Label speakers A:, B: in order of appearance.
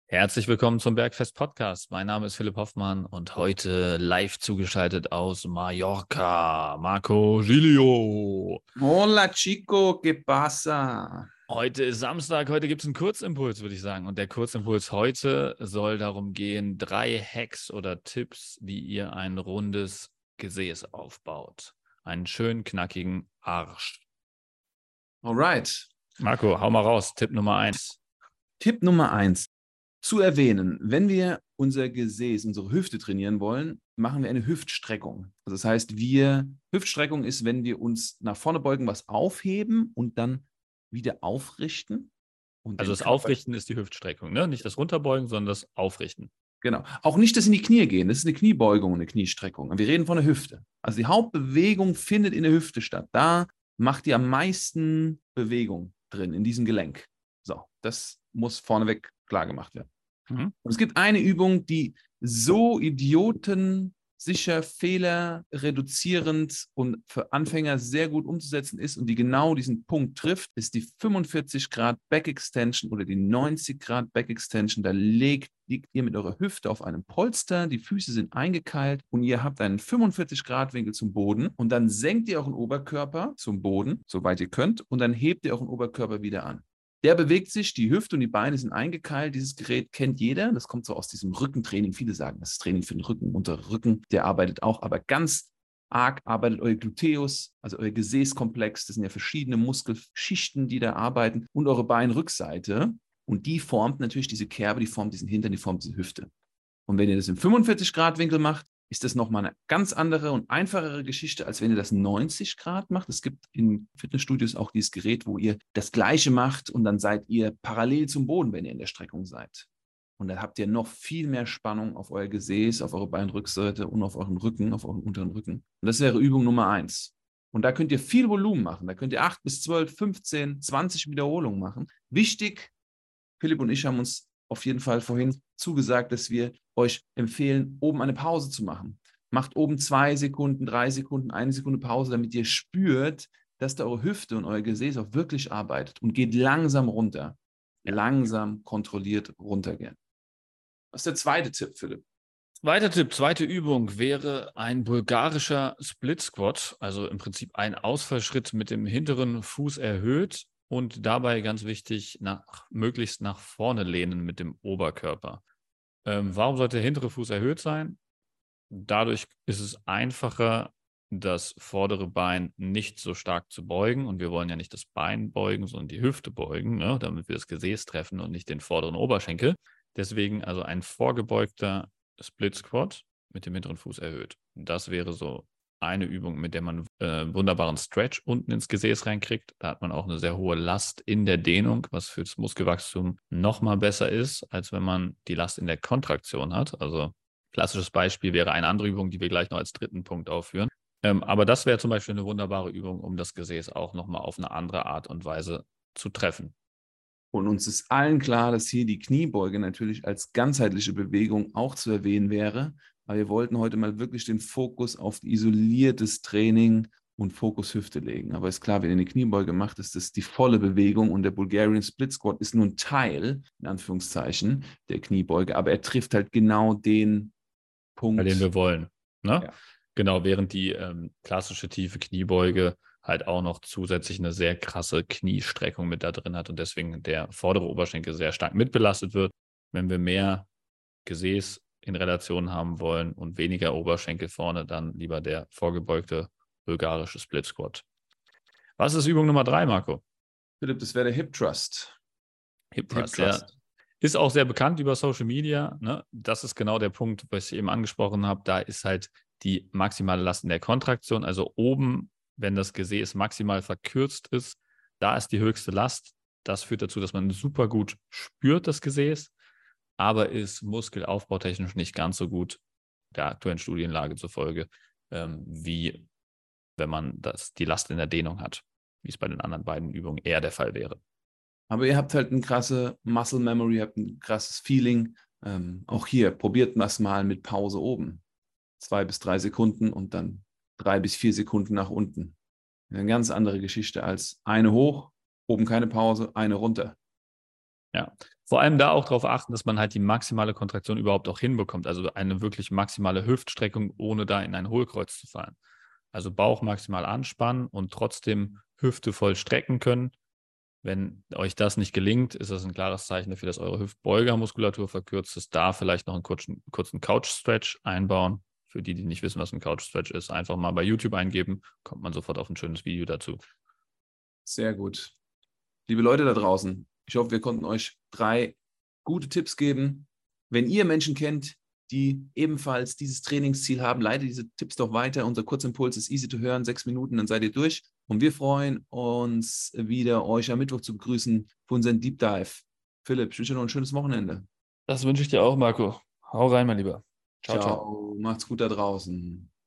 A: Herzlich willkommen zum Bergfest Podcast. Mein Name ist Philipp Hoffmann und heute live zugeschaltet aus Mallorca, Marco Giglio.
B: Hola Chico, ¿qué pasa?
A: Heute ist Samstag, heute gibt es einen Kurzimpuls, würde ich sagen. Und der Kurzimpuls heute soll darum gehen, 3 Hacks oder Tipps, wie ihr ein rundes Gesäß aufbaut. Einen schönen, knackigen Arsch.
B: Alright.
A: Marco, hau mal raus. Tipp Nummer 1.
B: Tipp Nummer 1. Zu erwähnen, wenn wir unser Gesäß, unsere Hüfte trainieren wollen, machen wir eine Hüftstreckung. Also das heißt, Hüftstreckung ist, wenn wir uns nach vorne beugen, was aufheben und dann wieder aufrichten. Und
A: Also
B: den
A: das
B: Körper,
A: Aufrichten ist die Hüftstreckung, ne? Nicht das Runterbeugen, sondern das Aufrichten.
B: genau. Auch nicht das in die Knie gehen. Das ist eine Kniebeugung, eine Kniestreckung. Wir reden von der Hüfte. Also die Hauptbewegung findet in der Hüfte statt. Da macht ihr am meisten Bewegung drin, in diesem Gelenk. So, das muss vorneweg klar gemacht werden.
A: Mhm.
B: Und es gibt eine Übung, die so idiotensicher, fehlerreduzierend und für Anfänger sehr gut umzusetzen ist und die genau diesen Punkt trifft, ist die 45 Grad Back Extension oder die 90 Grad Back Extension. Da liegt ihr mit eurer Hüfte auf einem Polster, die Füße sind eingekeilt und ihr habt einen 45 Grad Winkel zum Boden und dann senkt ihr euren Oberkörper zum Boden, soweit ihr könnt, und dann hebt ihr euren Oberkörper wieder an. Der bewegt sich, die Hüfte und die Beine sind eingekeilt. Dieses Gerät kennt jeder. Das kommt so aus diesem Rückentraining. Viele sagen, das ist Training für den Rücken, unter Rücken. Der arbeitet auch, aber ganz arg arbeitet euer Gluteus, also euer Gesäßkomplex. Das sind ja verschiedene Muskelschichten, die da arbeiten und eure Beinrückseite. Und die formt natürlich diese Kerbe, die formt diesen Hintern, die formt diese Hüfte. Und wenn ihr das im 45-Grad-Winkel macht, ist das nochmal eine ganz andere und einfachere Geschichte, als wenn ihr das 90 Grad macht. Es gibt in Fitnessstudios auch dieses Gerät, wo ihr das Gleiche macht und dann seid ihr parallel zum Boden, wenn ihr in der Streckung seid. Und dann habt ihr noch viel mehr Spannung auf euer Gesäß, auf eure Beinrückseite und auf euren Rücken, auf euren unteren Rücken. Und das wäre Übung Nummer 1. Und da könnt ihr viel Volumen machen. Da könnt ihr 8 bis 12, 15, 20 Wiederholungen machen. Wichtig, Philipp und ich haben uns auf jeden Fall vorhin zugesagt, dass wir euch empfehlen, oben eine Pause zu machen. Macht oben 2 Sekunden, 3 Sekunden, 1 Sekunde Pause, damit ihr spürt, dass da eure Hüfte und euer Gesäß auch wirklich arbeitet und geht langsam runter.
A: Ja.
B: Langsam, kontrolliert runtergehen. Was ist der zweite Tipp, Philipp?
A: Zweiter Tipp, zweite Übung wäre ein bulgarischer Split Squat, also im Prinzip ein Ausfallschritt mit dem hinteren Fuß erhöht und dabei ganz wichtig, möglichst nach vorne lehnen mit dem Oberkörper. Warum sollte der hintere Fuß erhöht sein? Dadurch ist es einfacher, das vordere Bein nicht so stark zu beugen. Und wir wollen ja nicht das Bein beugen, sondern die Hüfte beugen, ne, damit wir das Gesäß treffen und nicht den vorderen Oberschenkel. Deswegen also ein vorgebeugter Split Squat mit dem hinteren Fuß erhöht. Das wäre so eine Übung, mit der man wunderbaren Stretch unten ins Gesäß reinkriegt. Da hat man auch eine sehr hohe Last in der Dehnung, was für das Muskelwachstum nochmal besser ist, als wenn man die Last in der Kontraktion hat. Also klassisches Beispiel wäre eine andere Übung, die wir gleich noch als dritten Punkt aufführen. Aber das wäre zum Beispiel eine wunderbare Übung, um das Gesäß auch nochmal auf eine andere Art und Weise zu treffen.
B: Und uns ist allen klar, dass hier die Kniebeuge natürlich als ganzheitliche Bewegung auch zu erwähnen wäre. Aber wir wollten heute mal wirklich den Fokus auf isoliertes Training und Fokus Hüfte legen. Aber ist klar, wenn ihr eine Kniebeuge macht, ist das die volle Bewegung und der Bulgarian Split Squat ist nur ein Teil, in Anführungszeichen, der Kniebeuge. Aber er trifft halt genau den Punkt,
A: Den wir wollen. Ne?
B: Ja.
A: Genau, während die klassische tiefe Kniebeuge halt auch noch zusätzlich eine sehr krasse Kniestreckung mit da drin hat und deswegen der vordere Oberschenkel sehr stark mitbelastet wird. Wenn wir mehr Gesäß in Relation haben wollen und weniger Oberschenkel vorne, dann lieber der vorgebeugte bulgarische Split Squat. Was ist Übung Nummer 3, Marco?
B: Philipp, das wäre der Hip Thrust.
A: Hip Thrust, ja. Ist auch sehr bekannt über Social Media. Ne? Das ist genau der Punkt, was ich eben angesprochen habe. Da ist halt die maximale Last in der Kontraktion. Also oben, wenn das Gesäß maximal verkürzt ist, da ist die höchste Last. Das führt dazu, dass man super gut spürt, das Gesäß, aber ist muskelaufbautechnisch nicht ganz so gut der aktuellen Studienlage zufolge, wie wenn man die Last in der Dehnung hat, wie es bei den anderen beiden Übungen eher der Fall wäre.
B: Aber ihr habt halt eine krasse Muscle Memory, ihr habt ein krasses Feeling. Auch hier, probiert das mal mit Pause oben. 2 bis 3 Sekunden und dann 3 bis 4 Sekunden nach unten. Eine ganz andere Geschichte als eine hoch, oben keine Pause, eine runter.
A: Ja, Vor allem da auch darauf achten, dass man halt die maximale Kontraktion überhaupt auch hinbekommt. Also eine wirklich maximale Hüftstreckung, ohne da in ein Hohlkreuz zu fallen. Also Bauch maximal anspannen und trotzdem Hüfte voll strecken können. Wenn euch das nicht gelingt, ist das ein klares Zeichen dafür, dass eure Hüftbeugermuskulatur verkürzt ist. Da vielleicht noch einen kurzen Couch-Stretch einbauen. Für die, die nicht wissen, was ein Couch-Stretch ist, einfach mal bei YouTube eingeben, kommt man sofort auf ein schönes Video dazu.
B: Sehr gut. Liebe Leute da draußen, ich hoffe, wir konnten euch 3 gute Tipps geben. Wenn ihr Menschen kennt, die ebenfalls dieses Trainingsziel haben, leitet diese Tipps doch weiter. Unser Kurzimpuls ist easy to hören, 6 Minuten, dann seid ihr durch. Und wir freuen uns wieder, euch am Mittwoch zu begrüßen für unseren Deep Dive. Philipp, ich wünsche dir noch ein schönes Wochenende.
A: Das wünsche ich dir auch, Marco. Hau rein, mein Lieber. Ciao, ciao.
B: Ciao, macht's gut da draußen.